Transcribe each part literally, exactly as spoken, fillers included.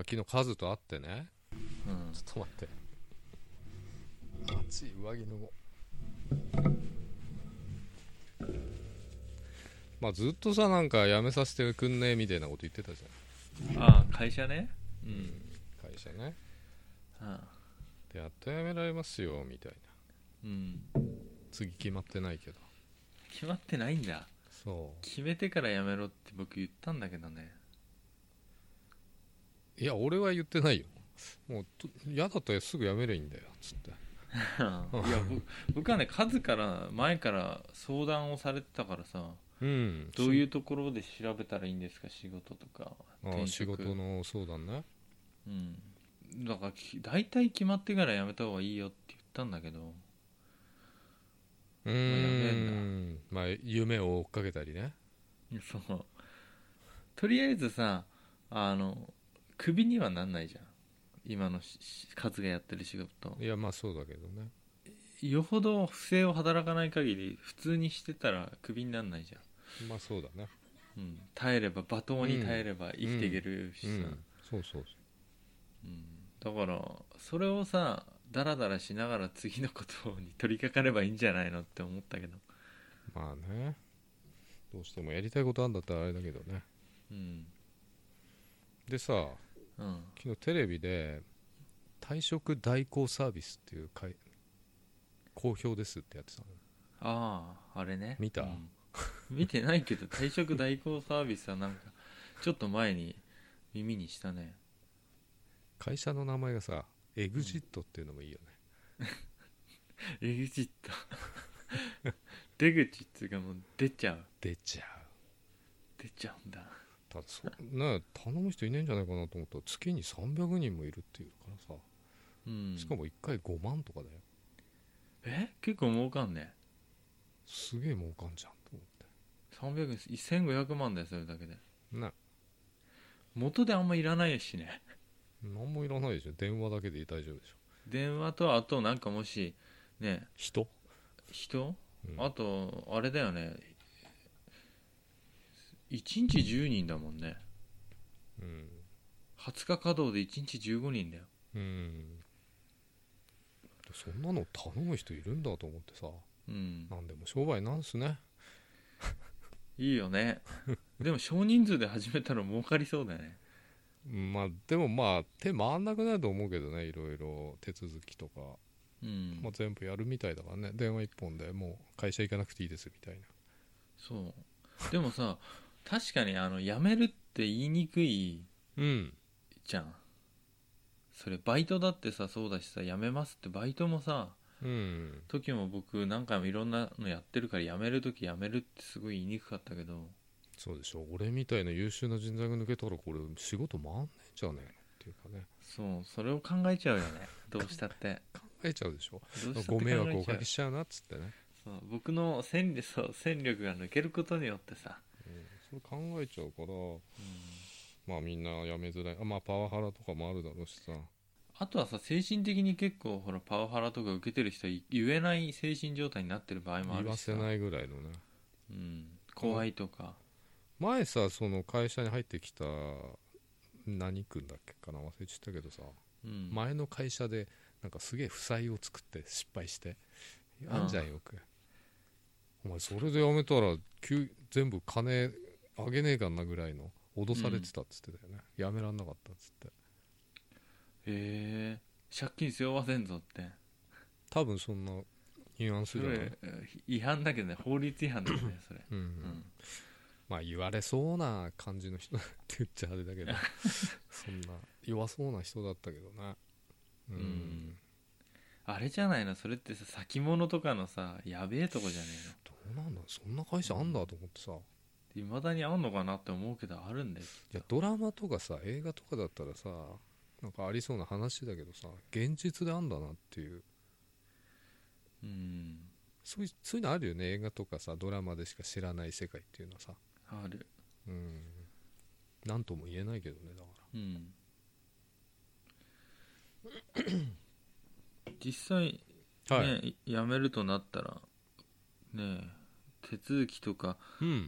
昨日カズと会ってね、 うん、 ちょっと待って暑い上着脱ごう。まあずっとさなんか辞めさせてくんねえみたいなこと言ってたじゃん。ああ会社ね。 ゃん、うん、会社ね。 ああでやっと辞められますよみたいな。 うん次決まってないけど。 決まってないんだ。 そう決めてから辞めろって僕言ったんだけどね。 いや俺は言ってないよ。もう嫌だったらすぐ辞めりゃいいんだよつっていや僕僕はねカズから前から相談をされてたからさ、 うん、 どういうところで調べたらいいんですか仕事とかあ仕事の相談ね。 うんだから大体決まってから辞めた方がいいよって言ったんだけど、 うーん、まあ夢を追っかけたりね。 そうとりあえずさあのクビにはなんないじゃん今のカズがやってる仕事。 いやまあそうだけどね。 よほど不正を働かない限り普通にしてたらクビになんないじゃん。 まあそうだね。 うん、耐えれば罵倒に耐えれば生きていけるしさ、 うんうん、そうそうそう、 うん、だからそれをさダラダラしながら次のことに取り掛かればいいんじゃないのって思ったけど。 まあねどうしてもやりたいことあるんだったらあれだけどね。 うんでさ、 うん、 昨日テレビで退職代行サービスっていう会好評ですってやってたの。 あああれね見た、 うん、見てないけど退職代行サービスはなんかちょっと前に耳にしたね。 会社の名前がさエグジットっていうのもいいよね、 うん、エグジット出口っていうかもう出ちゃう出ちゃう出ちゃうんだ。 ただそね頼む人いねえんじゃないかなと思ったら月にさんびゃくにんもいるっていうからさ、 うん、 しかもいっかいごまんとかだよ。 え結構儲かんね。 すげえ儲かんじゃんと思ってさんびゃくせんごひゃくまんだよそれだけで。 ね。 元であんまいらないしね。 何もいらないでしょ。電話だけで大丈夫でしょ。 電話とあとなんかもしね人、 人、 うん、 あとあれだよねいちにちじゅうにんだもんね。 うんはつか稼働でいちにちじゅうごにんだよ。 うんそんなの頼む人いるんだと思ってさ、 うん、 なんでも商売なんすね。 いいよねでも少人数で始めたら儲かりそうだよね。 まあでもまあ手回んなくなると思うけどね。いろいろ手続きとか、 うんまあ、全部やるみたいだからね。電話一本でもう会社行かなくていいですみたいな。 そうでもさ確かにあの辞めるって言いにくいうんじゃん。それバイトだってさそうだしさ辞めますってバイトもさうん時も僕何回もいろんなのやってるから辞める時辞めるってすごい言いにくかったけど。 そうでしょ。俺みたいな優秀な人材が抜けたらこれ仕事回んねえんじゃねえのっていうかね。 そうそれを考えちゃうよねどうしたって考えちゃうでしょ。 どうしたってご迷考えちゃう。 惑をおかけしちゃうなっつってね。 そう僕の戦力、そう戦力が抜けることによってさ、 うん、それ考えちゃうから、 うん、 まあみんな辞めづらい。あまあパワハラとかもあるだろうしさ。 あとはさ精神的に結構ほらパワハラとか受けてる人は言えない精神状態になってる場合もあるしさ。 言わせないぐらいのね。 うん、怖いとか。 前さその会社に入ってきた何君だっけかな忘れちゃったけどさ、 うん、 前の会社でなんかすげえ負債を作って失敗してあんじゃんよく。お前それで辞めたら急全部金あげねえかんなぐらいの脅されてたっつってたよね、うん、辞めらんなかったっつって。 へえ借金背負わせんぞって。 多分そんなニュアンスじゃない。 違反だけどね法律違反だよねそれうん、うん、まあ言われそうな感じの人って言っちゃあれだけどそんな弱そうな人だったけどね。うん、うん、 あれじゃないのそれってさ先物とかのさやべえとこじゃねえの。どうなんだそんな会社あんだと思ってさ。 いまだにあんのかなって思うけどあるんだよ。 いやドラマとかさ映画とかだったらさなんかありそうな話だけどさ現実であんだなっていう。 うんそういう、そういうのあるよね。映画とかさドラマでしか知らない世界っていうのはさある。 うんなんとも言えないけどね。だからうん実際ね、はい、辞めるとなったらね手続きとか、 うん、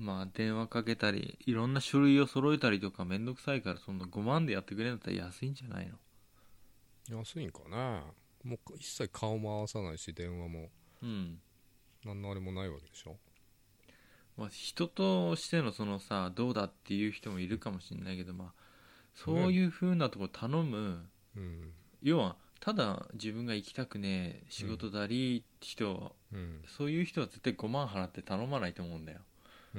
まあ電話かけたりいろんな書類を揃えたりとかめんどくさいから、そんなごまんでやってくれるんだったら安いんじゃないの。 安いんかな。もう一切顔も合わさないし電話もうん何のあれもないわけでしょ。 まあ、人としてのそのさどうだっていう人もいるかもしれないけど、まあそういう風なとこ頼む、 うん、 要はただ自分が行きたくねえ仕事だり人、 うん、 そういう人は絶対ごまん払って頼まないと思うんだよ。 うん、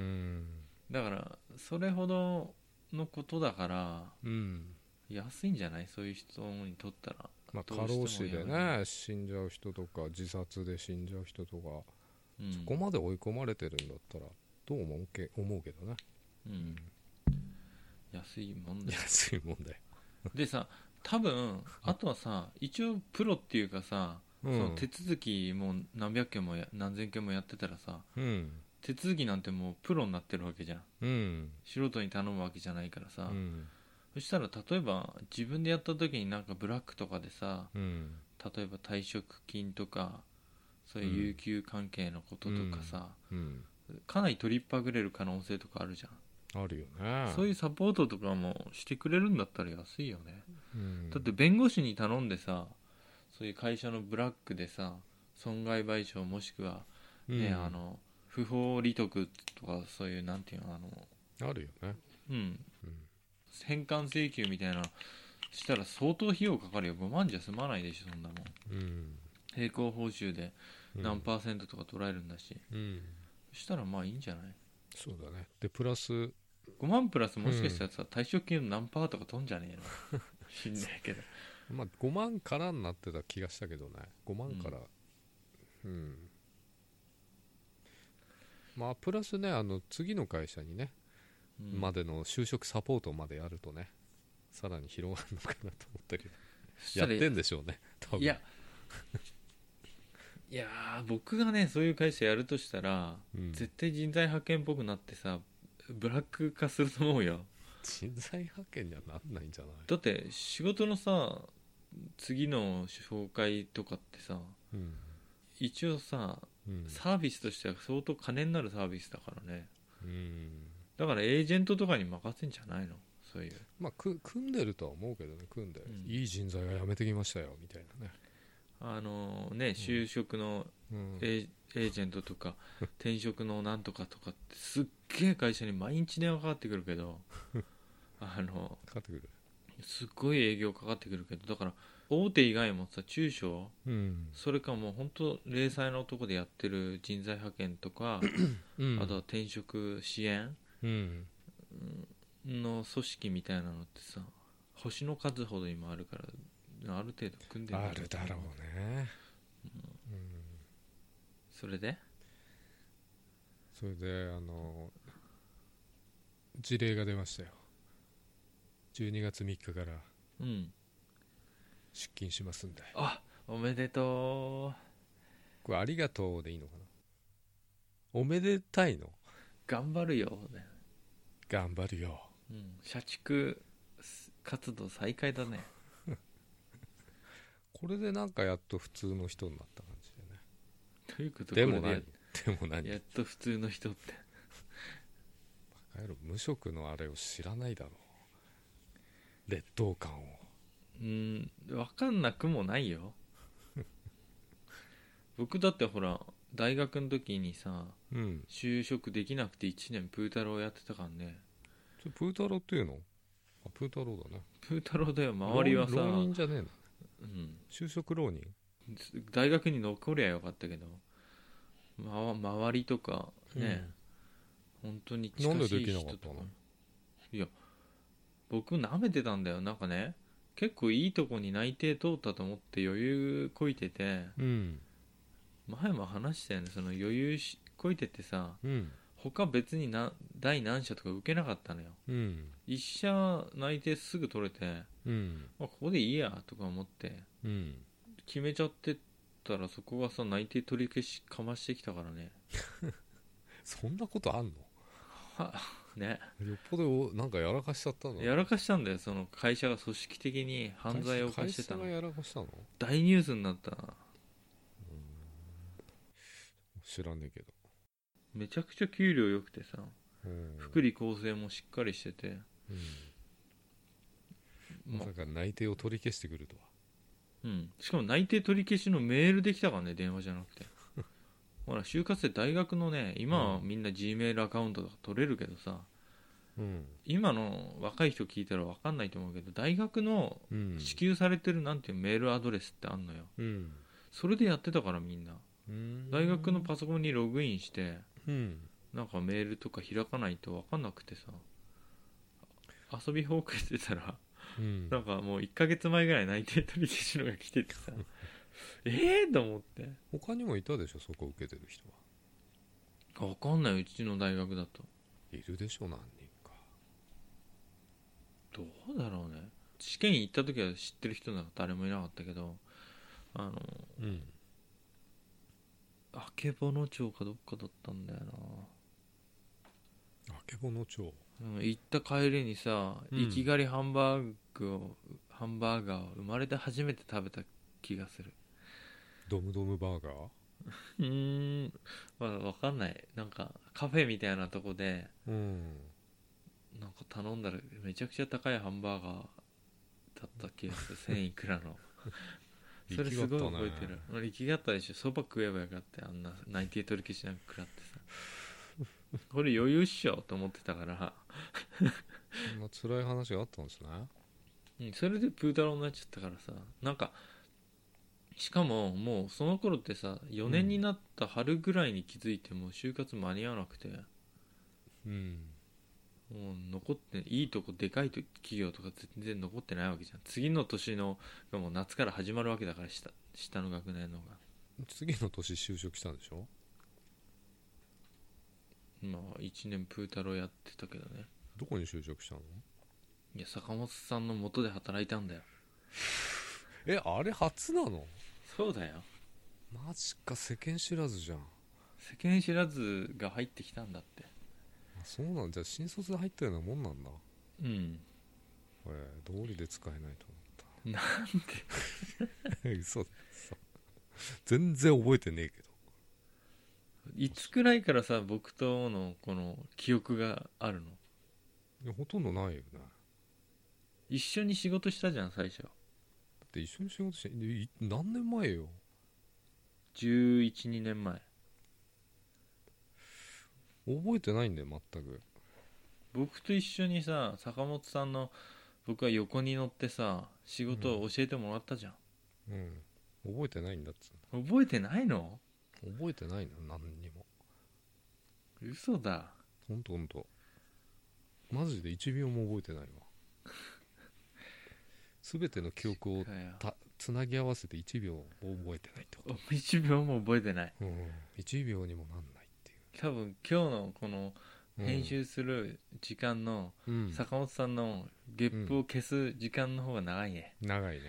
だからそれほどのことだからうん。 安いんじゃない、そういう人にとったら。 まあどうしても過労死でやめね死んじゃう人とか自殺で死んじゃう人とか、 うん、 そこまで追い込まれてるんだったらどう思うけ思うけどね。 うん、安いもんだよ。 安いもんだよ。 でさ多分あとはさ一応プロっていうかさ、 うん、 その手続きもう何百件もや何千件もやってたらさ、 うん、 手続きなんてもうプロになってるわけじゃん。 うん、 素人に頼むわけじゃないからさ、 うん、 そしたら例えば自分でやった時になんかブラックとかでさ、 うん、 例えば退職金とかそういう有給関係のこととかさ、 うん、 かなり取りっぱぐれる可能性とかあるじゃん。 あるよね。 そういうサポートとかもしてくれるんだったら安いよね。 うん、 だって弁護士に頼んでさ、そういう会社のブラックでさ損害賠償もしくはね、 うん、 あの不法利得とかそういうなんていうのあのあるよね。 うんうん、 返還請求みたいなしたら相当費用かかるよ。ごまんじゃ済まないでしょそんなもん。 うん、 並行報酬でうん何パーセントとか取られるんだし、 うん、 そしたらまあいいんじゃない。 そうだね。でプラスごまんプラスもしかしたらさ、退職金の何パーとか取んじゃねえの知んないけどまあごまんからになってた気がしたけどね。ごまんから、うん、うん、まあプラスね、あの次の会社にね、 うん、 までの就職サポートまでやるとね、さらに広がるのかなと思ったけど、やってんでしょうね多分。 いやいやー僕がねそういう会社やるとしたら、 うん、 絶対人材派遣っぽくなってさブラック化すると思うよ。 人材派遣にはなんないんじゃない。 だって仕事のさ次の紹介とかってさ、 うん、 一応さうんサービスとしては相当金になるサービスだからね。 うん、 だからエージェントとかに任せんじゃないの、そういう。 まあく組んでるとは思うけどね。組んで、 うんいい人材が辞めてきましたよみたいなね。 あのね就職のうんエー、エージェントとか転職のなんとかとかってすっげえ会社に毎日電話かかってくるけどあのかかってくる。 すっごい営業かかってくるけど、だから大手以外もさ中小、 うん、 それかもう本当零細のとこでやってる人材派遣とかうん、 あとは転職支援うんの組織みたいなのってさ星の数ほど今あるからある程度組んでるんあるだろうね、うん、 それでそれであの事例が出ましたよ。じゅうにがつみっかからうん出勤しますんで。 あおめでとう。 これありがとうでいいのかな。おめでたいの。 頑張るよ、ね、 頑張るよ、 うん、社畜活動再開だねこれでなんかやっと普通の人になった感じでね。 ということでもこれで何でも何やっと普通の人ってバカ野郎、無職のあれを知らないだろう。劣等感を。 うん分かんなくもないよ僕だってほら大学の時にさうん就職できなくていちねんプータローやってたからね。 それプータローっていうの。あプータローだね。 プータローだよ。周りはさ、 浪浪人じゃねえの。 うん、 就職浪人。 大学に残りゃよかったけど、ま、周りとかね、うん、本当に近しい人とか。 なんでできなかったの。 いや僕舐めてたんだよ。なんかね結構いいとこに内定通ったと思って余裕こいてて、 うん、 前も話したよね。その余裕しこいててさ、 うん、 他別にな第何社とか受けなかったのよ。 うん、 一社内定すぐ取れて、 うん、 まあ、ここでいいやとか思ってうん、 決めちゃってたら、そこがさ内定取り消しかましてきたからねそんなことあんの。 はねよっぽどなんかやらかしちゃったの。 やらかしたんだよ。その会社が組織的に犯罪を犯してたの。 会社がやらかしたの。 大ニュースになったな。 知らねえけど。 めちゃくちゃ給料良くてさ、 うん福利厚生もしっかりしてて、 うん、まさか内定を取り消してくるとは。 うん、しかも内定取り消しのメールできたからね、電話じゃなくてほら就活生大学のね、今はみんな G メールアカウントとか取れるけどさ、 うん、 今の若い人聞いたら分かんないと思うけど、大学のうん支給されてるなんていうメールアドレスってあんのよ。 うんそれでやってたからみんな、 うん、 大学のパソコンにログインしてうんなんかメールとか開かないと分かんなくてさ、遊びほうけしてたらうん、 なんかもういっかげつまえぐらい内定取り消しのが来ててさええと思って。 他にもいたでしょ、そこ受けてる人は。 分かんない、うちの大学だといるでしょ、何人か。 どうだろうね。試験行った時は知ってる人なんか誰もいなかったけど、あのうんあけぼの町かどっかだったんだよあけぼの町。 な、うん、行った帰りにさ、 うんいきがりハンバーグをハンバーガーを生まれて初めて食べた気がする。 ドムドムバーガー。 うーん、まあ、分かんない。なんかカフェみたいなとこでうんなんか頼んだらめちゃくちゃ高いハンバーガーだった気がするせんいくらのそれすごい覚えてる。俺行きがったでしょ。そば食えばよかった。あんな内定取り消しなんか食らってさこれ余裕っしょと思ってたからそんな辛い話があったんですね。 うん、それでプー太郎になっちゃったからさ、なんかしかももうその頃ってさ、よねんになった春ぐらいに気づいても就活間に合わなくて、 うんもう残っていいとこでかいと企業とか全然残ってないわけじゃん。次の年のがもう夏から始まるわけだから、下下の学年のが次の年就職したんでしょ。 まあいちねんプー太郎やってたけどね。 どこに就職したの。 いや坂本さんの元で働いたんだよ。 え、あれ初なの。 そうだよ。 マジか、世間知らずじゃん。 世間知らずが入ってきたんだって。 あ、そうなんじゃ。新卒で入ったようなもんなんだ。 うんえー、道理で使えないと思ったなんで嘘そう全然覚えてねえけど。 いつくらいからさ僕とのこの記憶があるの。 いやほとんどないよね。 一緒に仕事したじゃん最初。 だって一緒に仕事してい何年前よ。 じゅういち、にねんまえ。 覚えてないんだよ全く。 僕と一緒にさ坂本さんの僕は横に乗ってさ仕事を教えてもらったじゃん、 うん覚えてないんだっつう覚えてないの。 の。覚えてないの何にも。 嘘だ。 ほんとほんとマジでいちびょうも覚えてないわ全ての記憶をたつなぎ合わせていちびょうも覚えてないってこいちびょうも覚えてない。 と。うんいちびょうにもなんないってい多分今日のこのう、うん、 編集する時間のうん坂本さんのゲップを消す時間の方が長いね、 長いね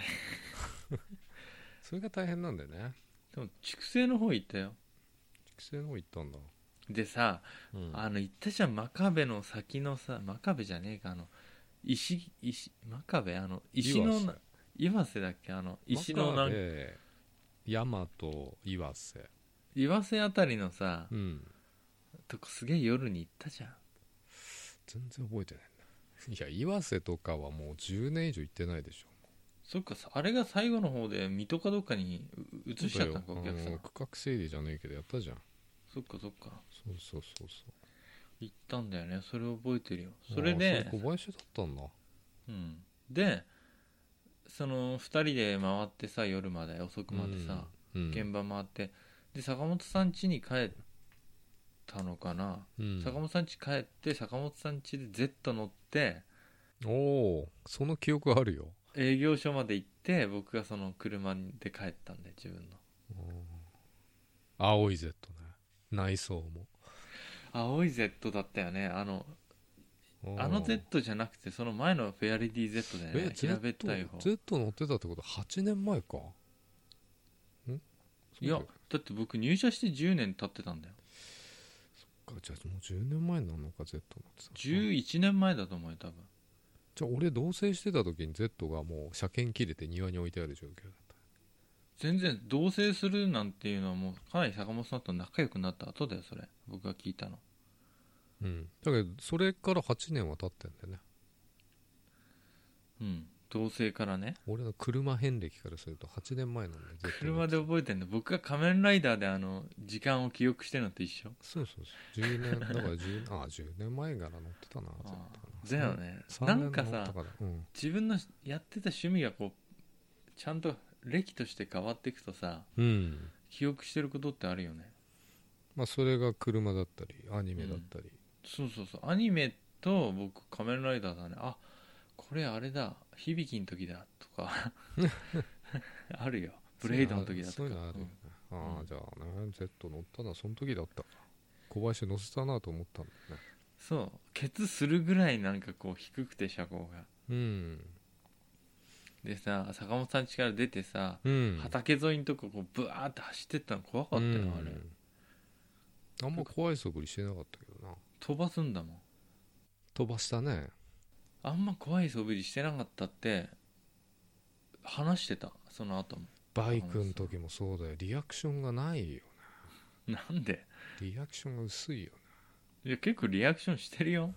それが大変なんだよね。 でも畜生の方行ったよ。 育成の方行ったんだ。 でさ、 うんあの行ったじゃん真壁の先のさ、真壁じゃねえか、あの石石真壁、あの石のな岩瀬だっけ、あの石のなん大和岩瀬。 岩瀬あたりのさ、 うんとこすげえ夜に行ったじゃん。 全然覚えてないんだ。いや岩瀬とかはもうじゅうねん以上行ってないでしょ。 そっか、あれが最後の方で水戸かどっかに移しちゃったのか、お客さん。 区画整理じゃねえけどやったじゃん。 そっかそっか、 そうそうそうそう。 行ったんだよね、それ覚えてるよ。それでああそれ小林だったんだ。 うんでそのふたりで回ってさ、夜まで遅くまでさ、 うんうん、 現場回って、で坂本さん家に帰ったのかな、 うん、 坂本さん家帰って坂本さん家で Z 乗っておおその記憶あるよ。 営業所まで行って、僕がその車で帰ったんで、自分の青い Z ね。内装も青い Z だったよね。あのあの Z じゃなくてその前のフェアレディ Z だよね。平べったい方。 Z, Z 乗ってたってことはちねんまえか。んいやだって僕入社してじゅうねん経ってたんだよ。 そっか、じゃあもうじゅうねんまえなのか Z 乗ってた。 じゅういちねんまえだと思うよ多分。 じゃあ俺同棲してた時に Z がもう車検切れて庭に置いてある状況だった。 全然同棲するなんていうのはもうかなり坂本さんと仲良くなった後だよ、それ僕が聞いたの。 うん、だけどそれからはちねんは経ってんだよね。 うん同棲からね。 俺の車遍歴からするとはちねんまえなんだよ。 車で覚えてんの。僕が仮面ライダーであの時間を記憶してるのと一緒。 そうそうそうじゅうねんだからじゅうああじゅうねんまえから乗ってたな。 だよね。 さんなんかさねん乗ったから、うん、 自分のやってた趣味がこうちゃんと歴として変わっていくとさ、 うん、 記憶してることってあるよね。 まあそれが車だったりアニメだったり、うん、 そうそうそうアニメと僕仮面ライダーだね。あこれあれだ響の時だとかあるよ。ブレイドの時だとかそういうのあるよね、うん、ああじゃあね Z 乗ったのはその時だったか。小林乗せたなと思ったんだよね。 そうケツするぐらいなんかこう低くて車高が、 うんでさ坂本さん家から出てさ、 うん、 畑沿いのとここうブワーって走ってったの怖かったよ、うん、あれあんま怖い素振りしてなかったけどな。 飛ばすんだもん。 飛ばしたね。 あんま怖い素振りしてなかったって話してた。その後もバイクの時もそうだよ。リアクションがないよね。なんでリアクションが薄いよね。 いや結構リアクションしてるよ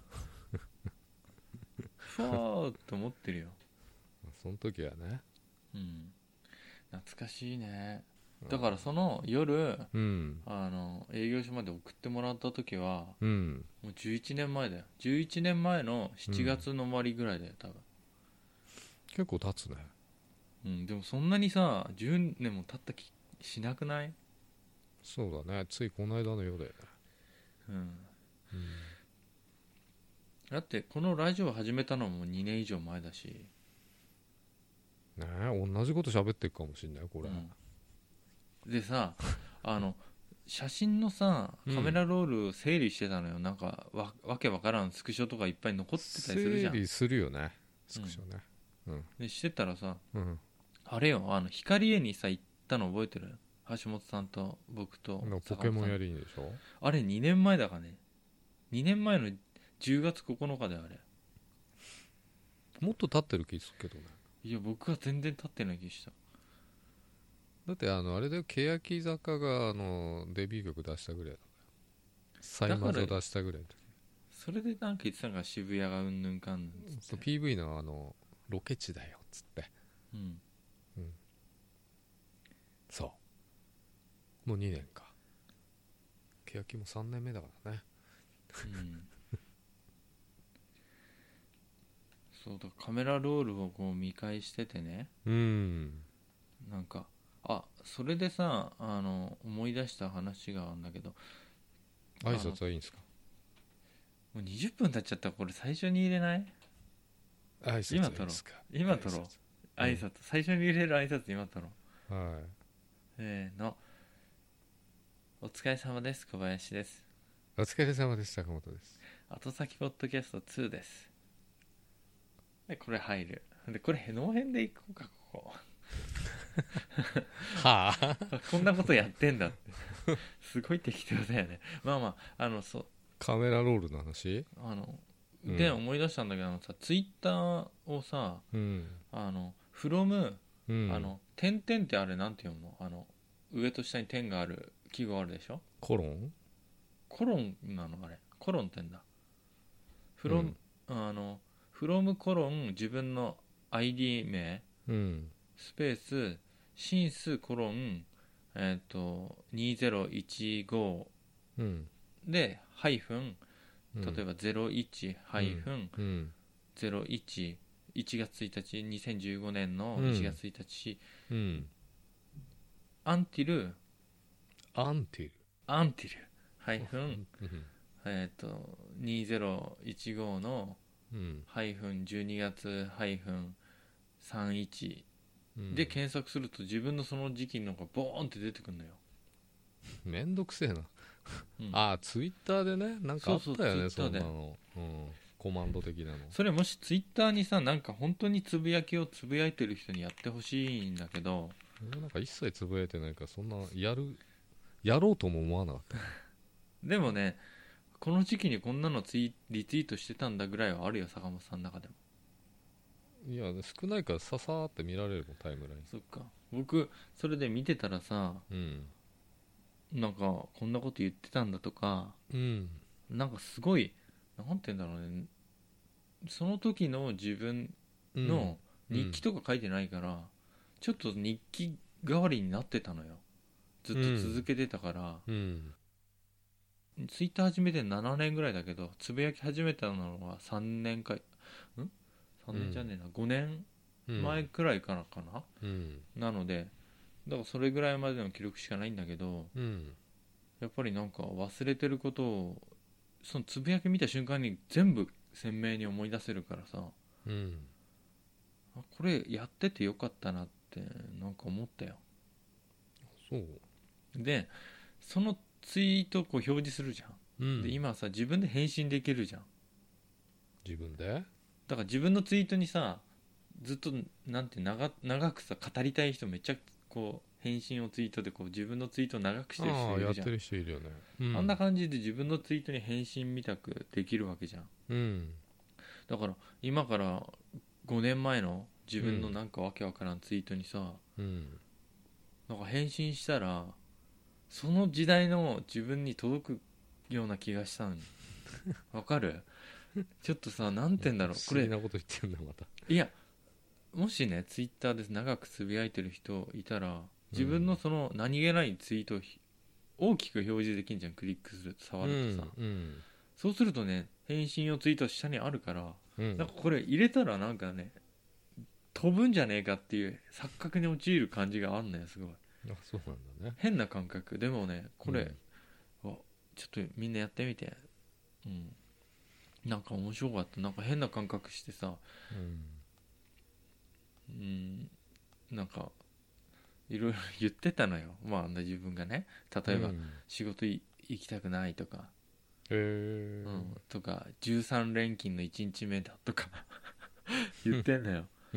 ふわーって思ってるよ。 その時はね、 うん、懐かしいね。だからその夜、 うん、 あの営業所まで送ってもらった時は、 うん、 もうじゅういちねんまえだよ。じゅういちねんまえのしちがつの終わりぐらいだよ多分。 結構経つね。 うん、でもそんなにさじゅうねんも経った気しなくない？ そうだね。ついこの間のようだよね。 うん、 うん、 だってこのラジオ始めたのもにねん以上前だしねえ、同じこと喋ってるかもしんないこれ、 うん、でさあの写真のさカメラロール整理してたのよ、うん、なんか わ, わけわからんスクショとかいっぱい残ってたりするじゃん。 整理するよねスクショね、 うんうん、でしてたらさ、 うん、 あれよあの光栄にさ行ったの覚えてる？橋本さんと僕とポケモンやりにでしょ。 あれにねんまえだからね。にねんまえのじゅうがつここのかであれ。 もっと経ってる気するけどね。 いや僕は全然経ってない気した。 だってあのあれだよ、欅坂があのデビュー曲出したぐらいだ。サイマゾ出したぐらいの時。 それでなんか言ってたのが渋谷がうんぬんかんぬんつってピーブイ のあのロケ地だよっつって、 うん、 うん、そうもうにねんか。欅もさんねんめだからね、 うんそうだカメラロールをこう見返しててね、 うん、 なんかあそれでさあの思い出した話があるんだけど。 挨拶はいいんですか？ もうにじゅっぷん経っちゃった。これ最初に入れない？ 挨拶はいいですか？ 今撮ろう挨拶、挨拶、うん、最初に入れる挨拶今撮ろう。はい。 せーの。お疲れ様です。小林です。 お疲れ様です。坂本です。 後先ポッドキャストツーです。でこれ入る。でこれノー編でいこうかここはあこんなことやってんだってすごい適当だよね。まあまああのそうカメラロールの話あの、うん、で思い出したんだけどさツイッターをさ、 うん、 あの from、 うん、 あの点々ってあれなんて読むの？あの上と下に点がある記号あるでしょ。 コロンコロンなのあれコロンってんだ。from、うん、あの from コロン自分の アイディー 名、 うん、 スペースシンスコロンえっ、ー、とにせんじゅうご、 うん、 でハイフン例えばゼロいちハイフンゼロいち いちがつついたちにせんじゅうごねんのいちがつついたち、 うんうん、 アンティルアンティルアンティルハイフンえっ、ー、とにせんじゅうごのハイフンじゅうにがつハイフンさんじゅういちで検索すると自分のその時期のがボーンって出てくるのよ。 めんどくせえな、うん、ああツイッターでねなんかあったよね。 そ, そんなの、うん、コマンド的なの。 それもしツイッターにさなんか本当につぶやきをつぶやいてる人にやってほしいんだけど、 なんか一切つぶやいてないからそんなやるやろうとも思わなかったでもねこの時期にこんなのツイリツイートしてたんだぐらいはあるよ坂本さんの中でも。 いや少ないからささーって見られるもんタイムライン。 そっか僕それで見てたらさ、 うん、 なんかこんなこと言ってたんだとか、 うん、 なんかすごいなんて言うんだろうね、その時の自分うんの日記とか書いてないから、ちょっと日記代わりになってたのよ。ずっと続けてたから、 うんツイッター始めてななねんぐらいだけど、つぶやき始めたのはさんねんかんさんねんじゃねえな、ごねんうんまえくらいからかな、 うんなのでだからそれぐらいまでの記録しかないんだけど、 うんやっぱりなんか忘れてることをそのつぶやき見た瞬間に全部鮮明に思い出せるからさ、 うんあこれやっててよかったなってなんか思ったよ。 そうでそのツイートをこう表示するじゃん、 うんで今さ自分で返信できるじゃん。 自分でだから自分のツイートにさずっとなんて長長くさ語りたい人めっちゃこう返信をツイートでこう自分のツイートを長くしてるあ人いるじゃん。 あやってる人いるよね、うん、 あんな感じで自分のツイートに返信みたくできるわけじゃん。 うんだから今からごねんまえの自分のなんかわけわからんツイートにさ、 うんなんか返信したらその時代の自分に届くような気がしたのにわかる？ちょっとさなんて言うんだろうこれ不思議なこと言ってるんだまた。 いやもしねツイッターで長くつぶやいてる人いたら自分のその何気ないツイートを大きく表示できんじゃん、クリックすると触るとさ、 うんうんそうするとね返信をツイート下にあるから、 うん、 なんかこれ入れたらなんかね飛ぶんじゃねえかっていう錯覚に陥る感じがあんのよ。すごいあそうなんだね。 変な感覚でもねこれ、 うん、 あちょっとみんなやってみて、うん、なんか面白かった。なんか変な感覚してさ、うん、うんなんかいろいろ言ってたのよ。まあ自分がね例えば、うん、仕事い行きたくないとか、 へー、 うん、とかじゅうさん連勤のいちにちめだとか言ってんのよ、 うん、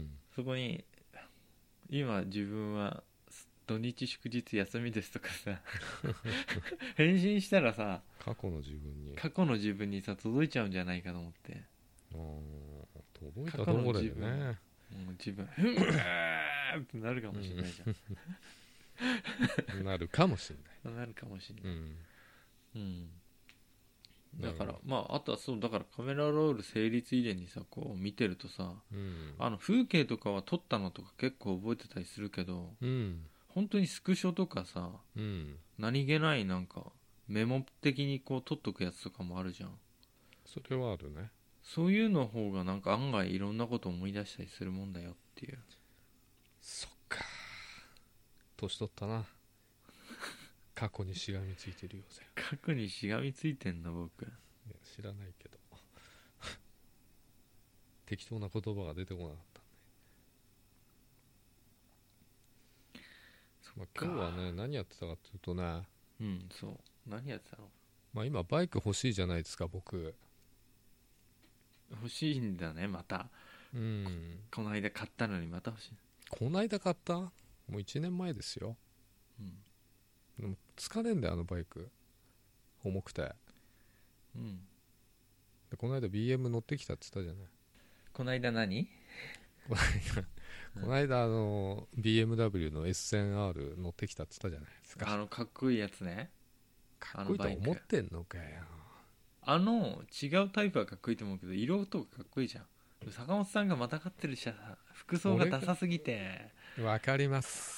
そこに今自分は土日祝日休みですとかさ返信したらさ過去の自分に過去の自分にさ届いちゃうんじゃないかと思って、 あ届いたところでねもう自分ふんってなるかもしれないじゃんなるかもしれないなるかもしれない、 うんうん、だからまああとはそうだからカメラロール成立以前にさこう見てるとさ、うん、あの風景とかは撮ったのとか結構覚えてたりするけど、うん、本当にスクショとかさ、うん、何気ないなんかメモ的にこう撮っとくやつとかもあるじゃん。 それはあるね。 そういうの方がなんか案外いろんなこと思い出したりするもんだよっていう。 そっか年取ったな過去にしがみついてるようぜ。 過去にしがみついてんの僕。いや知らないけど適当な言葉が出てこなかったね。まあ、今日はね何やってたかっていうとね、 うんそう何やってたの。 まあ今バイク欲しいじゃないですか僕。 欲しいんだねまた。うんこ、この間買ったのにまた欲しい。 この間買ったもういちねんまえですよ。うんでも疲れんだよあのバイク重くて。うんでこの間 ビーエム 乗ってきたって言ったじゃない。 この間何この間この間あの ビーエムダブリュー の エスせんアール 乗ってきたって言ったじゃないですか。 あのかっこいいやつね。 かっこいいと思ってんのかよ。 あの違うタイプはかっこいいと思うけど色とかかっこいいじゃん。坂本さんがまた買ってるしさ服装がダサすぎてわかります。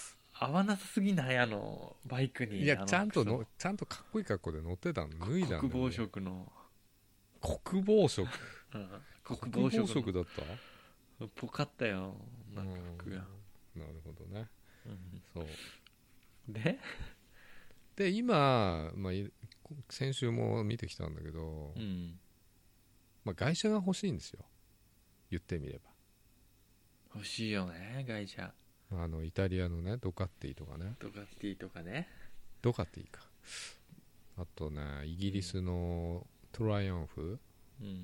合わなさすぎないあのバイクに。 いやちゃんとのちゃんとかっこいい格好で乗ってたの脱いだんだよ、ね、 国防色の国防色、 うん、 国防色だったぽかったよなんか服が。 なるほどね、うん、そうでで今、まあ、先週も見てきたんだけど、うんまあ、外車が欲しいんですよ言ってみれば。 欲しいよね外車。 あのイタリアのねドカッティとかね。 ドカッティとかね。 ドカティか。あとねイギリスのトライアンフ、うんうん、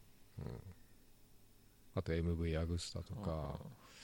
あと エムブイ アグスタとか。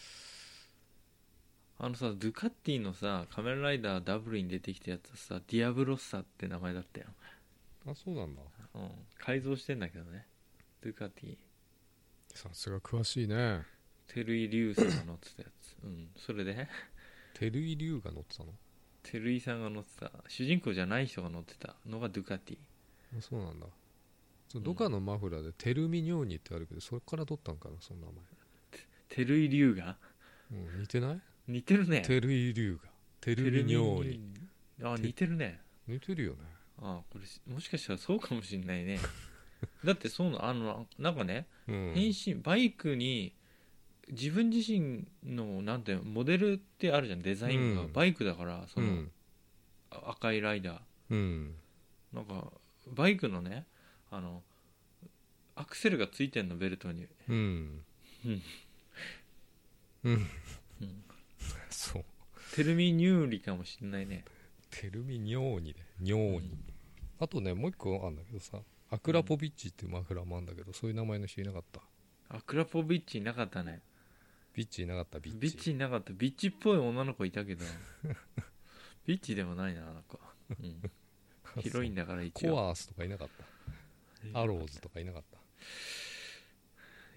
あのさドゥカッティのさ仮面ライダーダブルに出てきたやつさディアブロッサって名前だったよ。 あそうなんだ、 うん、改造してんだけどねドゥカティ。 さすが詳しいね。 照井龍さんが乗ってたやつ。うんそれで照井龍が乗ってたの。 照井さんが乗ってた主人公じゃない人が乗ってたのがドゥカティ。 あそうなんだ。 そうどっかのマフラーでテルミニョーニってあるけど、それから取ったんかな、その名前。 テルイ龍がうん、似てない？ 似てるね。 テルイ龍がテルミニョーニ。 あ、似てるね。 似てるよね。 あ、これもしかしたらそうかもしんないね。だってそうな、あのなんかね、 うん、 変身バイクに自分自身のなんていうのモデルってあるじゃん、デザインが、 うんバイクだから、その、 うん赤いライダーうんなんかバイクのね、あのアクセルがついてんの、ベルトに。 うんうんうんうんそうテルミニューリかもしんないね。 テルミニョーニでニョーニ、 うんあとねもう一個あるんだけどさ、アクラポビッチっていうマフラーもあるんだけど、そういう名前の人いなかった？ アクラポビッチいなかったね。 ビッチいなかった？ビッチビッチいなかった。ビッチっぽい女の子いたけどビッチでもないな、なんか、うん、ヒロインだから一応コアースとかいなかった？アローズとかいなかった？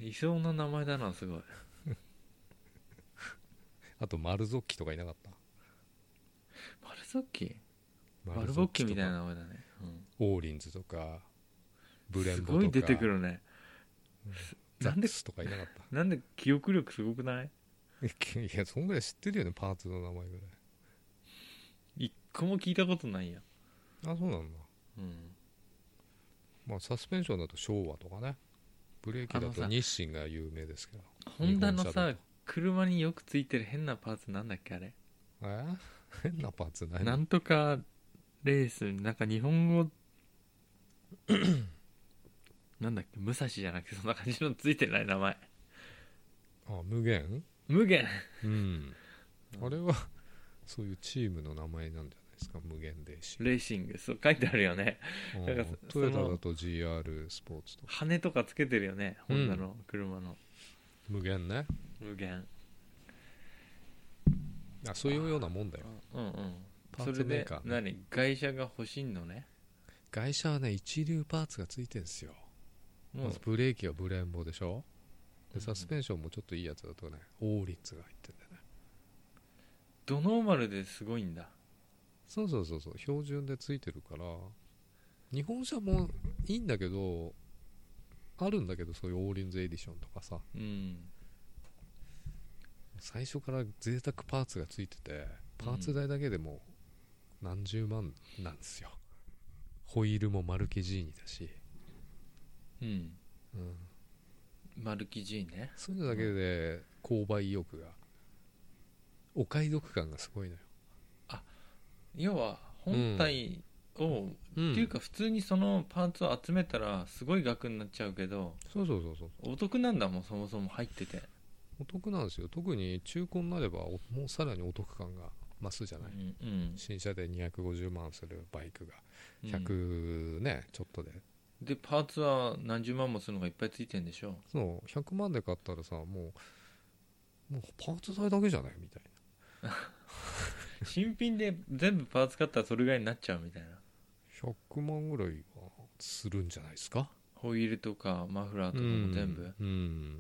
いそうな名前だな、すごい。 あとマルゾッキとかいなかった？ マルゾッキママルボッキみたいな名前だね、 オーリンズとかブレうん、すンボとかごい出てくるね。 ザなんでックスとかいなかったなんで記憶力すごくない？ いやそんぐらい知ってるよね、パーツの名前ぐらい。 一個も聞いたことないや。 あ、そうなんだ。 うん、 まあサスペンションだと昭和とかね、ブレーキだあのさと日清が有名ですけど。 ホンダのさ日本車だと車によくついてる変なパーツなんだっけ、あれ。 え変なパーツない？ なんとかレース、なんか日本語なんだっけ、武蔵じゃなくてそんな感じのついてない名前。 あ、無限。 無限。 うんあれはそういうチームの名前なんじゃないですか、無限レーシング。 レーシング、そう書いてあるよね。 うんだからそトヨタそのだと ジーアール スポーツとか羽とかつけてるよね、ホンダの車の。 無限ね。 無限。 あ、そういうようなもんだよ。 うんうん。 パそれでーツメーカーね何、外車が欲しいのね。 外車はね一流パーツがついてるんですよ。 もうまずブレーキはブレンボでしょ。でうんサスペンションもちょっといいやつだとね、オーリッツが入ってるんだよね。 ドノーマルですごいんだ。 そうそうそうそう、標準でついてるから。日本車もいいんだけど、あるんだけど、そういうオーリンズエディションとかさ、 うん最初から贅沢パーツがついてて、パーツ代だけでも何十万なんですよ。ホイールもマルケジーニだし、 うん。 うん、 マルキ G ね。 そういうのだけで購買意欲が、お買い得感がすごいのよ。 要は本体を、 うん、 っていうか普通にそのパーツを集めたらすごい額になっちゃうけど、 そうそうそうそう、 お得なんだもん、そもそも入ってて。 お得なんですよ。特に中古になればおもうさらにお得感が増すじゃない、 うんうん新車でにひゃくごじゅうまんするバイクがうんひゃくね、ちょっとで、 でパーツは何十万もするのがいっぱいついてんでしょ。 そうひゃくまんで買ったらさ、もうもうパーツ代だけじゃないみたいな。 新品で全部パーツ買ったらそれぐらいになっちゃうみたいな。 ひゃくまんぐらいはするんじゃないですか。 ホイールとかマフラーとかも全部、 うん、うん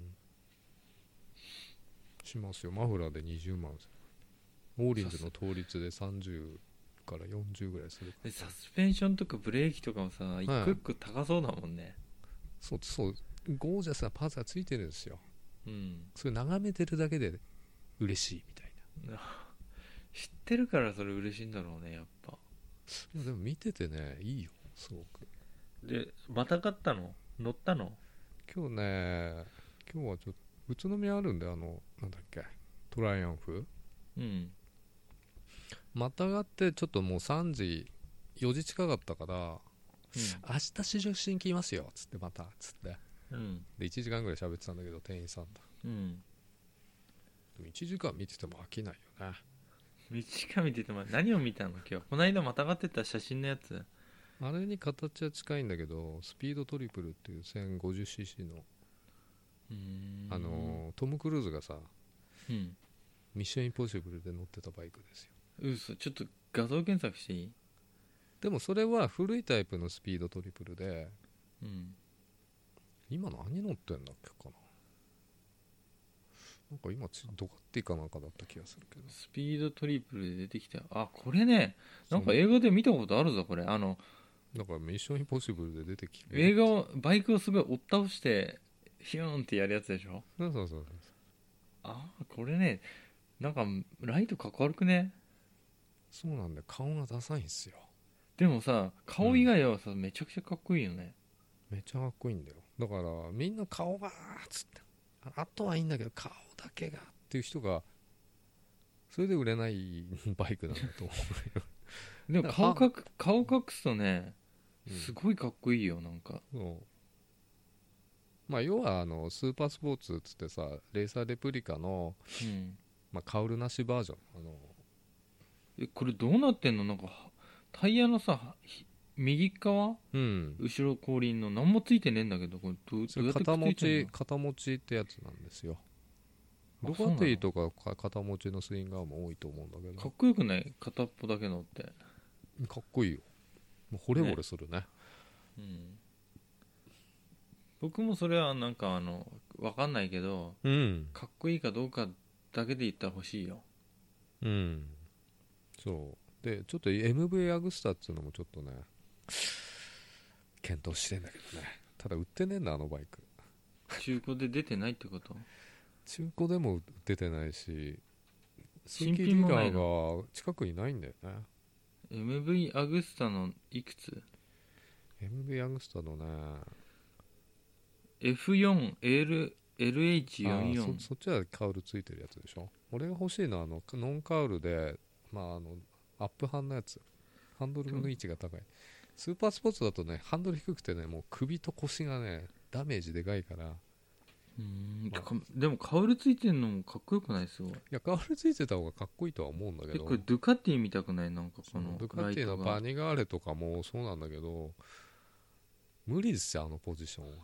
しますよ。マフラーでにじゅうまんする。オーリンズの倒立でさんじゅうからよんじゅうぐらいするから。 でサスペンションとかブレーキとかもさ、一個一個高そうだもんね。 そうそうゴージャスなパーツがついてるんですよ。 うんそれ眺めてるだけで嬉しいみたいな。 知ってるからそれ嬉しいんだろうね、やっぱ。 いやでも見ててねいいよ、すごく。 でまた買ったの？乗ったの？ 今日ね、今日はちょっと宇都宮あるんで、あのなんだっけ、トライアンフうんまたがってちょっともうさんじよじ近かったから、明日試乗しに来ますよつってまたつってうんでいちじかんぐらい喋ってたんだけど、店員さんとうんでもいちじかん見てても飽きないよね。 短見てても何を見たの今日？この間またがってた写真のやつ。 あれに形は近いんだけど、スピードトリプルっていう せんごじゅっシーシー の、 うーんあのートム・クルーズがさうんミッションインポッシブルで乗ってたバイクですよ。 嘘、ちょっと画像検索していい？ でもそれは古いタイプのスピードトリプルで、 うん今何乗ってんだっけかな、なんか今ちドカッティかなんかだった気がするけど。 スピードトリプルで出てきた。あ、これね、なんか映画で見たことあるぞこれ。あのだからミッションインポッシブルで出てきて映画をバイクをすごい追っ倒してヒューンってやるやつでしょ。 そうそうそうああこれねなんかライトかっこ悪くね。 そうなんだよ、顔がダサいんですよ。 でもさ顔以外はさ、うん、めちゃくちゃかっこいいよね。 めっちゃかっこいいんだよ。だからみんな顔がーっつって、あとはいいんだけど顔だけがっていう人がそれで売れないバイクなんだと思うでも顔かく顔隠すとねすごいかっこいいよ。なんかそうまあ要はあのスーパースポーツっつってさレーサーレプリカの、 うんまあ、カウルなしバージョン、あのえこれどうなってんの。なんかタイヤのさ右側、 うん、 後ろ後輪の何もついてねえんだけど、これどうどうやってくっ肩持ついてんの。 ち肩持ちってやつなんですよ。 あドカティとかか肩持ちのスインガーも多いと思うんだけどかっこよくない。片っぽだけ乗って。 かっこいいよ。もう惚れ惚れするね。 ね、うん、僕もそれはなんかあの分かんないけど、 うん、 かっこいいかどうかだけで言ったら欲しいよ。 うんそうでちょっと エムブイ アグスタっていうのもちょっとね検討してんだけどね。ただ売ってねえんだあのバイク。 中古で出てないってこと。 中古でも出てないし新品もないの。 新規ディーラーが近くにないんだよね。 エムブイ アグスタのいくつ。 エムブイ アグスタのねエフよん エルエイチよんじゅうよんそ, そっちはカウルついてるやつでしょ。俺が欲しいのはあのノンカウルで、まあ、あのアップハンのやつ。ハンドルの位置が高い。スーパースポーツだとねハンドル低くてねもう首と腰がねダメージでかいから。 うーん、 まあ、 でもカウルついてるのもかっこよくない。すごい。いやカウルついてた方がかっこいいとは思うんだけど。 これドゥカティ見たくない。なんかこのドゥカティのバニガーレとかもそうなんだけど無理ですよあのポジションは。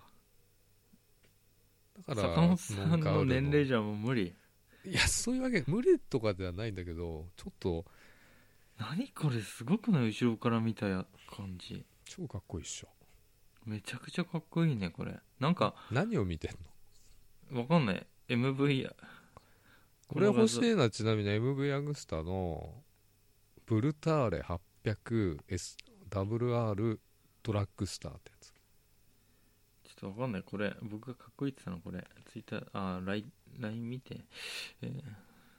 だから坂本さんの年齢じゃもう無理。 いやそういうわけ無理とかではないんだけどちょっと何これすごくない。後ろから見たや感じ超かっこいいっしょ。 めちゃくちゃかっこいいねこれ。なんか何を見てんの。 わかんない。 エムブイこれ欲しいのはちなみに エムブイ アグスタのブルターレ はっぴゃくエス ダブリューアール トラックスターってやつ。 ちょっとわかんない。これ僕がかっこいいって言ったのこれツイッターあライン ライン 見て、えー、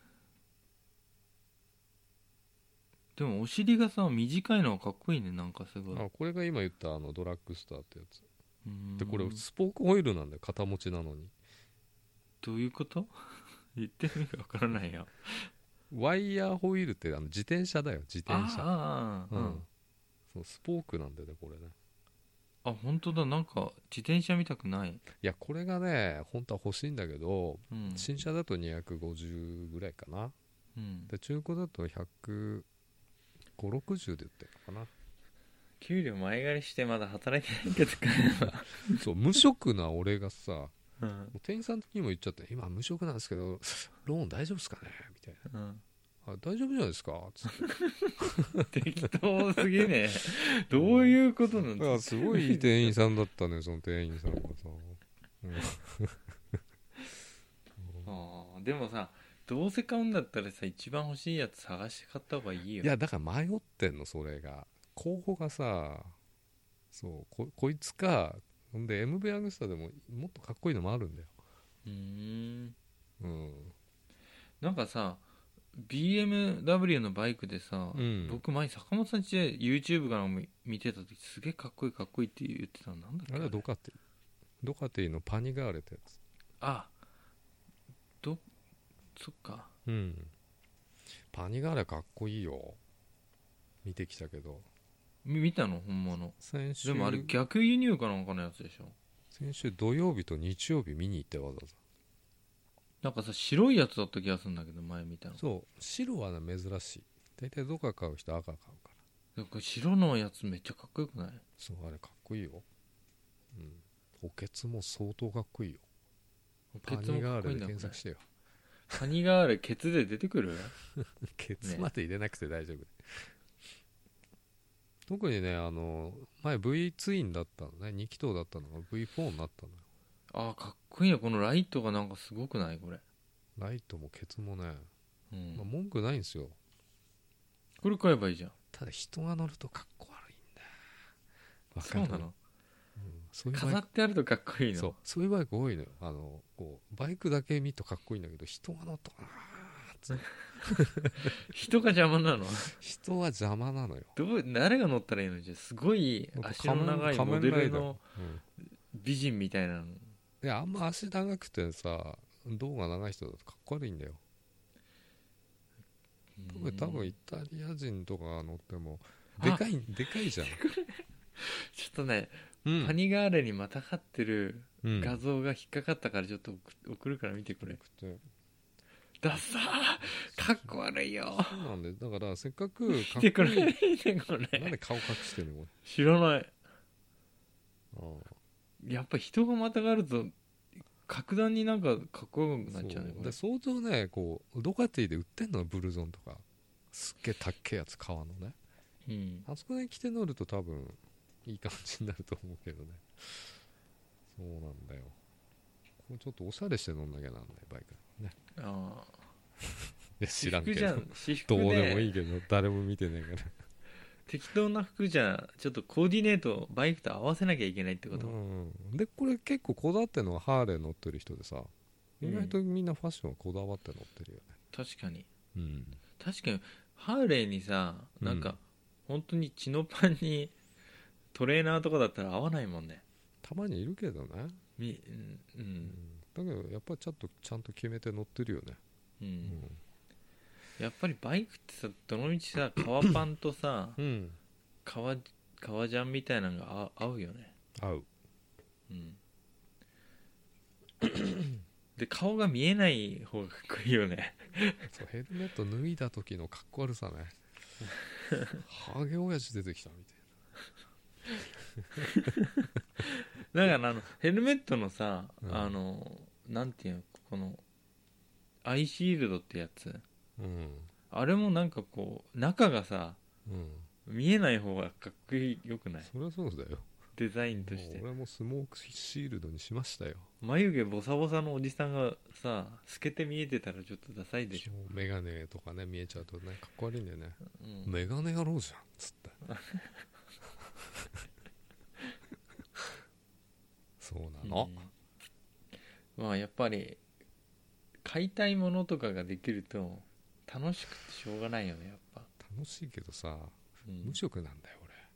でもお尻がさ短いのはかっこいいね。なんかすごい。 あこれが今言ったあのドラッグスターってやつうーんで、これスポークホイールなんだよ肩持ちなのに。 どういうこと言ってる意味わからないよ。 ワイヤーホイールってあの自転車だよ自転車。 ああ、うん、 うん、そうスポークなんだよねこれね。 あ本当だ。なんか自転車見たくない。 いやこれがね本当は欲しいんだけど、 うん、 新車だとにひゃくごじゅうぐらいかな、 うん、 で中古だとひゃくごじゅう、ろくじゅうで売ってるのかな。 給料前借りしてまだ働いてないけど買えばそう無職な俺がさうん、 もう店員さんにも言っちゃって今無職なんですけどローン大丈夫ですかねみたいな、 うん、 あ大丈夫じゃないですかつって適当すぎねどういうことなんいやすごいいい店員さんだったねその店員さんがさ、うん、 あでもさどうせ買うんだったらさ一番欲しいやつ探して買った方がいいよ。 いやだから迷ってんのそれが候補がさそう こ, こいつかほんで エムブイ アグスタでももっとかっこいいのもあるんだよ。 うーんうんなんかさ ビーエムダブリュー のバイクでさ、 うん、 僕前坂本さんちで YouTube からも見てた時すげえかっこいいかっこいいって言ってたのなんだっけ。 あれはドカティドカティのパニガーレってやつ。 あどそっかうんパニガーレかっこいいよ。見てきたけどみ見たの本物。 先週でもあれ逆輸入かなんかのやつでしょ。 先週土曜日と日曜日見に行ってわざわざ。 なんかさ白いやつだった気がするんだけど前見たの。 そう白はね珍しい。大体どこか買う人赤買うから。 なんか白のやつめっちゃかっこよくない。 そうあれかっこいいよ。うん補欠も相当かっこいいよ。パニガーレで検索してよ。 パニガーレケツで出てくるケツまで入れなくて大丈夫、ね、特にねあの前 V ツインだったのねに気筒だったのが ブイフォー になったのよ。 あーかっこいいよ。このライトがなんかすごくないこれ。 ライトもケツもね、 うんまあ、文句ないんですよ。 これ買えばいいじゃん。 ただ人が乗るとかっこ悪いんだよ。 わかる。 そうなの、 うん、そういうバイク飾ってあるとかっこいいの。 そうそういうバイク多いのよ。あのこうバイクだけ見るとかっこいいんだけど、人が乗ったらあーっつって人が邪魔なの。 人は邪魔なのよ。 どう誰が乗ったらいいの？じゃあすごい足の長いモデルの美人みたいなの。 いや、あんま足長くてさ胴が長い人だとかっこ悪いんだよ。 うん多分イタリア人とかが乗ってもでかいでかいじゃん。 ちょっとね、 うんパニガーレにまたがってるうん画像が引っかかったからちょっと送送るから見てくれ。 そうダッサー、かっこ悪いよ。 なんで、だからせっかくかっこい見てこれ、 い。 見てこなんれ。 で顔隠してんのこ知らない。 れ。ああやっぱ人がまたがると格段になんかかっこよくなっちゃうね。 そうでこれ相当ねこうドカティで売ってんのブルゾンとかすっげえたっけえやつ革のね、 うん、 あそこで着て乗ると多分いい感じになると思うけどね。そうなんだよ。これちょっとおしゃれして乗んなきゃなんないバイクね。 ああ、 いや知らんけど私服じゃん、私服どうでもいでいけど誰も見てないから適当な服じゃちょっとコーディネートバイクと合わせなきゃいけないってこと。 うんでこれ結構こだわってるのはハーレー乗ってる人でさ、意外とみんなファッションはこだわって乗ってるよね。 確かにうん確かにハーレーにさ、なんか、 うん本当にチノパンにトレーナーとかだったら合わないもんね。 たまにいるけどね、 みうんううんん、だけどやっぱりちょっとちゃんと決めて乗ってるよね。 うん、 うんやっぱりバイクってさ、どのみちさ、革パンとさうん革革ジャンみたいなのが合合うよね。 合う。 うんで顔が見えない方がかっこいいよね。 そうヘルメット脱いだ時のかっこ悪さねハゲ親父出てきたみたいだからあのヘルメットのさ、 うんあのなんていうの、このアイシールドってやつ、 な。うんあれもなんかこう中がさうん見えない方がかっこよくない？ そりゃそうだよ。 デザインとして俺もスモークシールドにしましたよ。 眉毛ボサボサのおじさんがさ透けて見えてたらちょっとダサいでしょ。 そうメガネとかね見えちゃうとねかっこ悪いんだよね。 うん、 メガネ野郎じゃんっつってそうなの、 うんまあやっぱり買いたいものとかができると楽しくてしょうがないよね、やっぱ。 楽しいけどさうん無職なんだよ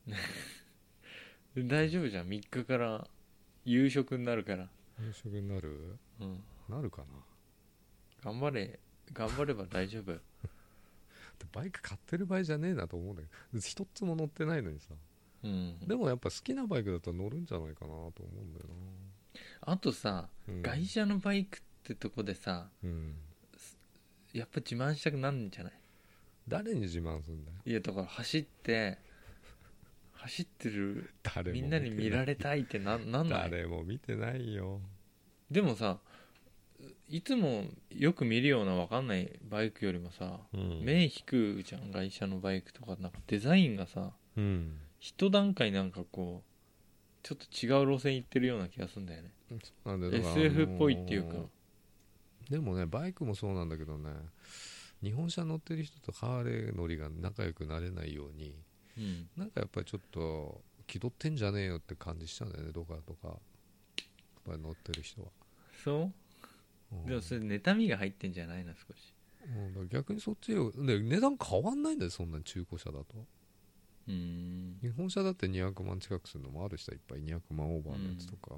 大丈夫じゃん、みっかから夕食になるから。 俺。無職になるうん、 なるかな。 頑張れ頑張れば大丈夫。 バイク買ってる場合じゃねえなと思うんだけど、一つも乗ってないのにさ。 うん、 でもやっぱ好きなバイクだったら乗るんじゃないかなと思うんだよあとさ、 な、うん、 外車のバイクってとこでさ、 うん、 やっぱ自慢したくなるんじゃない？ 誰に自慢するんだよ。 いやだから走って走ってる誰もみんなに見られたいってななんない？ 誰も見てないよ。 でもさ、いつもよく見るような分かんないバイクよりもさ、 うん目引くじゃん、外車のバイクとか。なんかデザインがさ、 うん一段階なんかこうちょっと違う路線行ってるような気がするんだよね。 そうなんだよ。だからエスエフ っぽいっていうか、 あのーでもねバイクもそうなんだけどね、日本車乗ってる人とハーレー乗りが仲良くなれないように、 うん、 なんかやっぱりちょっと気取ってんじゃねえよって感じしちゃうんだよね、どこかとかやっぱり乗ってる人は。 そう、 うんでもそれ妬みが入ってんじゃないの少し。 うんだから逆にそっちよ。で値段変わんないんだよ、そんなに中古車だと。 うーん日本車だってにひゃくまん近くするのもあるしさ、いっぱいにひゃくまんオーバーのやつとか、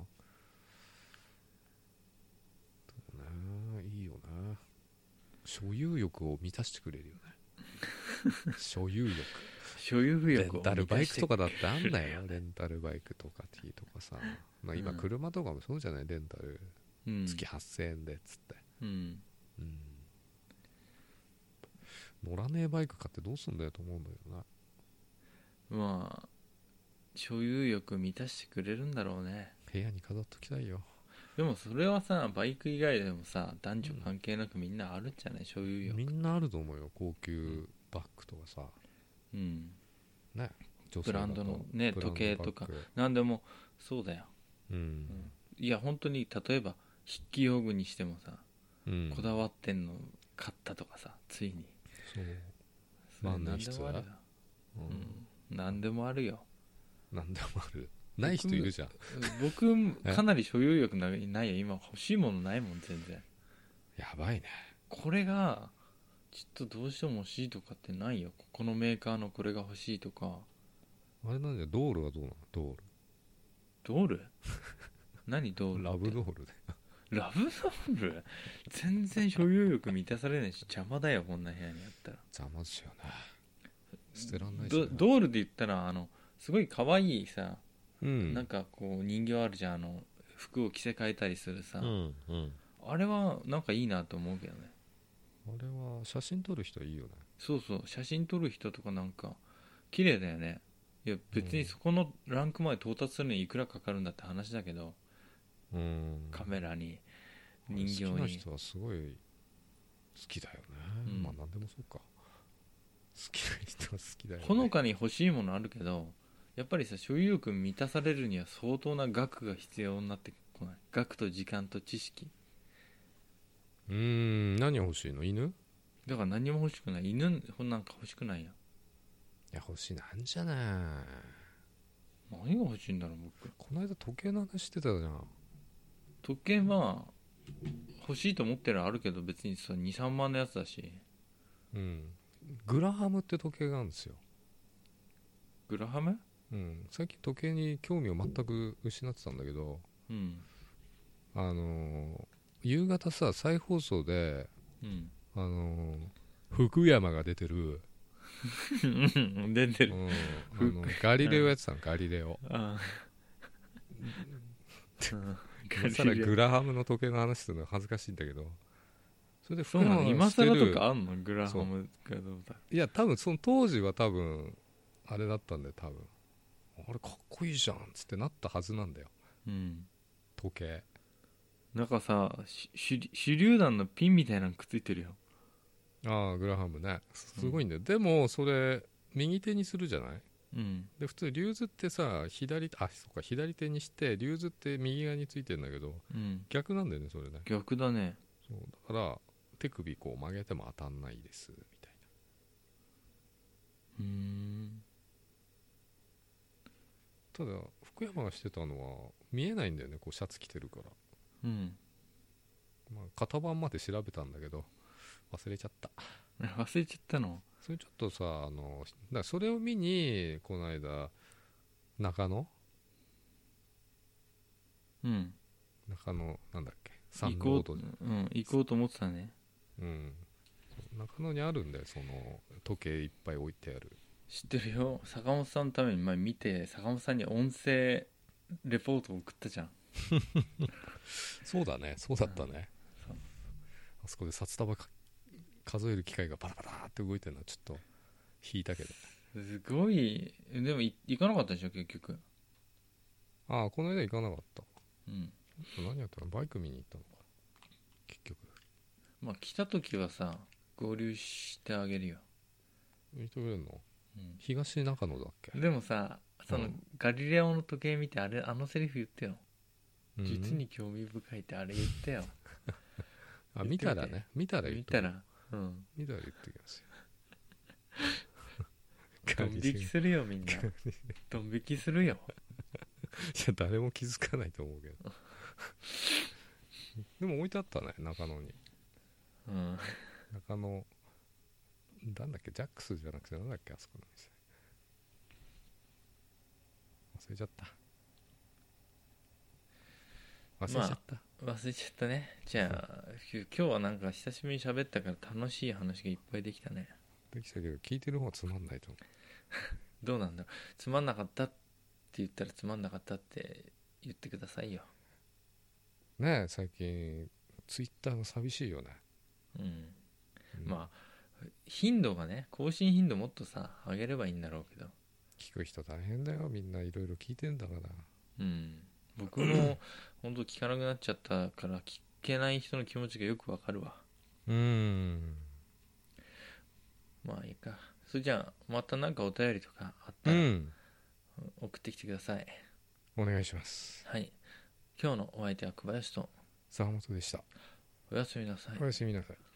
でもねいいよね、所有欲を満たしてくれるよね所有欲。 所有レ欲をンタルバイクとかだってあんだよ満たしてくれるよねレンタルバイクとか T とかさ、まあ、今うん車とかもそうじゃない、レンタルうん月はっせんえんでっつって、 うんうん、乗らねえバイク買ってどうすんだよと思うんだよな。 まあ所有欲満たしてくれるんだろうね。 部屋に飾っときたいよ。 でもそれはさ、バイク以外でもさ、男女関係なくみんなあるんじゃない？所有欲。 みんなあると思うよ、高級バッグとかさ、 うん、 ね、女性だとブランドのねブランド時計とかバッグ、 なんでもそうだよ。 うんいや本当に例えば筆記用具にしてもさ、 うん、 こだわってんの買ったとかさ、ついにそうそれ万年筆何でもあるよ。 うんうん、何でもあるよ。 なんでもある。ない人いるじゃん。 僕かなり所有欲ないないよ。今欲しいものないもん全然。 やばいね。 これがちょっとどうしても欲しいとかってないよ。このメーカーのこれが欲しいとか。 あれなんじゃ、ドールはどうなの？ドールドール何ドールって？ ラブドールで。 ラブドール全然所有欲満たされないし邪魔だよ、こんな部屋にあったら。 邪魔ですよね。捨てらんないしドね。 ドールで言ったらあのすごい可愛いさ、 うん。 なんかこう人形あるじゃん、あの服を着せ替えたりするさ、 うんうん。 あれはなんかいいなと思うけどね。 あれは写真撮る人いいよね。 そうそう、写真撮る人とかなんか綺麗だよね。いや別にそこのランクまで到達するのにいくらかかるんだって話だけど、 うん。 カメラに人形に。 好きな人はすごい好きだよね。 うんまあ何でもそうか。好きな人は好きだよね。 ほのかに欲しいものあるけど、やっぱりさ、所有欲満たされるには相当な額が必要になってこない？額と時間と知識。 うーん。何欲しいの？犬？ だから何も欲しくない。犬なんか欲しくないや。 いや欲しいなんじゃない。 何が欲しいんだろう僕。 この間時計の話してたじゃん。 時計は欲しいと思ってるのあるけど、別にさにさんまんのやつだし。 うん。グラハムって時計があるんですよ。 グラハム？ うん。最近時計に興味を全く失ってたんだけど、 うん。 あのー夕方さ再放送で、 うん。 あのー福山が出てる、 出てる。 うん、あのガリレオやってたの、ガリレオ。 ああ。 今更グラハムの時計の話するのは恥ずかしいんだけど、それでそうなの？今してる更とかあんの？グラハムかどうだ。 いや多分その当時は多分あれだったんだよ。多分あれかっこいいじゃんっつってなったはずなんだよ、 うん。 時計。 なんかさ、し手手榴弾のピンみたいなのくっついてるよ。 ああグラハムね、すごいんだよ、うん、でもそれ右手にするじゃない。 うん。 で普通リューズってさ左あそうか左手にしてリューズって右側についてるんだけど、 うん、 逆なんだよねそれね。 逆だね。 そうだから手首こう曲げても当たんないですみたいな。 うーん。 ただ福山がしてたのは見えないんだよね、こうシャツ着てるから。 うん。 まあ、型番まで調べたんだけど忘れちゃった。 忘れちゃったの？ それちょっとさ、あのだからそれを見にこの間中野うん中野なんだっけサン行こう、 ロードで、 うん、行こうと思ってたね。 うん、中野にあるんだよ、その時計いっぱい置いてある。 知ってるよ。坂本さんのために前見て、坂本さんに音声レポートを送ったじゃん。 そうだね、そうだったね、 うん、 あそこで札束か数える機械がパラパラって動いてるのはちょっと引いたけど。 すごい。でもい行かなかったでしょ結局。 ああこの間行かなかった。 うん。 何やったの？バイク見に行ったのか結局。 まあ来た時はさ合流してあげるよ。 見てくれるの？ うん、 東中野だっけ。 でもさ、その、うん、ガリレオの時計見てあれあのセリフ言ってよ、うん、実に興味深いってあれ言ってよ。 あ見たらね、見たら言っ見たら、うん、 見たら言ってきますよ。 ドン引きするよみんな。ドン引きするよ。 いや誰も気づかないと思うけど。でも置いてあったね中野に。 うん。 中野なんだっけ、ジャックスじゃなくてなんだっけあそこの店。忘れちゃった。忘れちゃった、 まあ、忘れちゃったね。じゃあ今日はなんか久しぶりに喋ったから楽しい話がいっぱいできたね。 できたけど聞いてる方はつまんないと思う。 どうなんだろう。つまんなかったって言ったらつまんなかったって言ってくださいよねえ。最近ツイッターが寂しいよね。 うん、うん、まあ頻度がね、更新頻度もっとさ上げればいいんだろうけど、 聞く人大変だよ、みんないろいろ聞いてんだから。 うん、僕も本当聞かなくなっちゃったから聞けない人の気持ちがよくわかるわ。 うーん、 まあいいか。それじゃあまたなんかお便りとかあったら、うん、送ってきてください。 お願いします。 はい。今日のお相手は小林と坂本でした。 おやすみなさい。 おやすみなさい。